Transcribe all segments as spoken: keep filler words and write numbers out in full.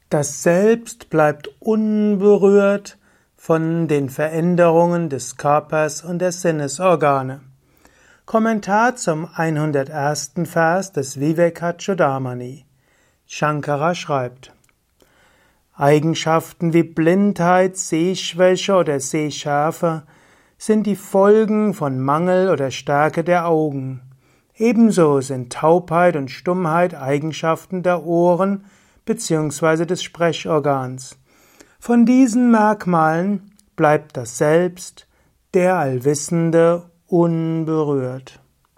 Das Selbst bleibt unberührt von den Veränderungen des Körpers und der Sinnesorgane. Kommentar zum hundertersten Vers des Vivekachudamani. Shankara schreibt: Eigenschaften wie Blindheit, Sehschwäche oder Sehschärfe sind die Folgen von Mangel oder Stärke der Augen. Ebenso sind Taubheit und Stummheit Eigenschaften der Ohren bzw. des Sprechorgans. Von diesen Merkmalen bleibt das Selbst, der Allwissende, unberührt.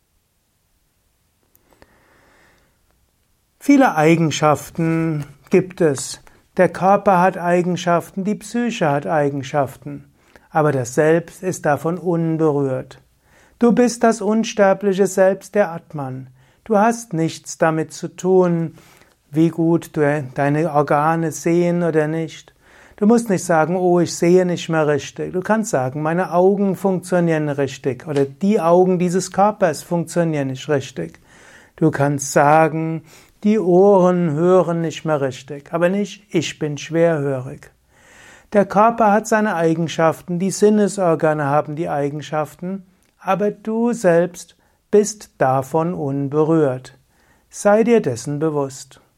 Viele Eigenschaften gibt es. Der Körper hat Eigenschaften, die Psyche hat Eigenschaften, aber das Selbst ist davon unberührt. Du bist das unsterbliche Selbst, der Atman. Du hast nichts damit zu tun, wie gut du deine Organe sehen oder nicht. Du musst nicht sagen, oh, ich sehe nicht mehr richtig. Du kannst sagen, meine Augen funktionieren richtig oder die Augen dieses Körpers funktionieren nicht richtig. Du kannst sagen, die Ohren hören nicht mehr richtig, aber nicht, ich bin schwerhörig. Der Körper hat seine Eigenschaften, die Sinnesorgane haben die Eigenschaften, aber du selbst bist davon unberührt. Sei dir dessen bewusst.